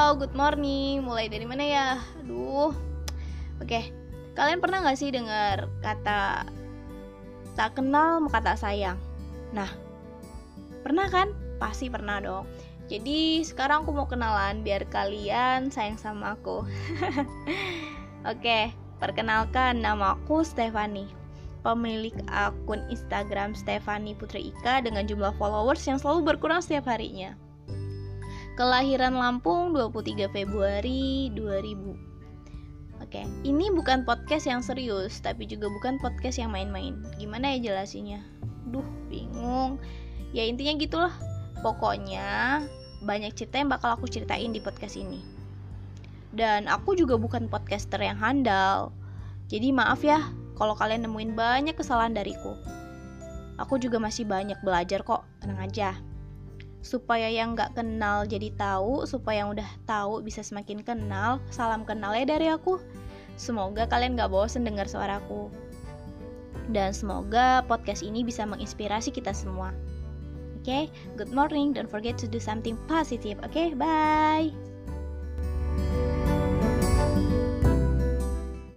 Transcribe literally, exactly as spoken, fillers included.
Halo, good morning. Mulai dari mana ya? Aduh. Oke, kalian pernah gak sih dengar kata tak kenal maka tak sayang? Nah, pernah kan? Pasti pernah dong. Jadi sekarang aku mau kenalan biar kalian sayang sama aku. Oke, perkenalkan, nama aku Stefani, pemilik akun Instagram Stefani Putri Ika dengan jumlah followers yang selalu berkurang setiap harinya. Kelahiran Lampung dua puluh tiga Februari dua ribu. Oke, ini bukan podcast yang serius, tapi juga bukan podcast yang main-main. Gimana ya jelasinnya? Duh, bingung. Ya intinya gitulah. Pokoknya banyak cerita yang bakal aku ceritain di podcast ini. Dan aku juga bukan podcaster yang handal. Jadi maaf ya kalau kalian nemuin banyak kesalahan dariku. Aku juga masih banyak belajar kok, tenang aja. Supaya yang gak kenal jadi tahu, supaya yang udah tahu bisa semakin kenal. Salam kenal ya dari aku. Semoga kalian gak bosen dengar suaraku. Dan semoga podcast ini bisa menginspirasi kita semua. Oke, okay? Good morning, don't forget to do something positive. Oke, okay? Bye.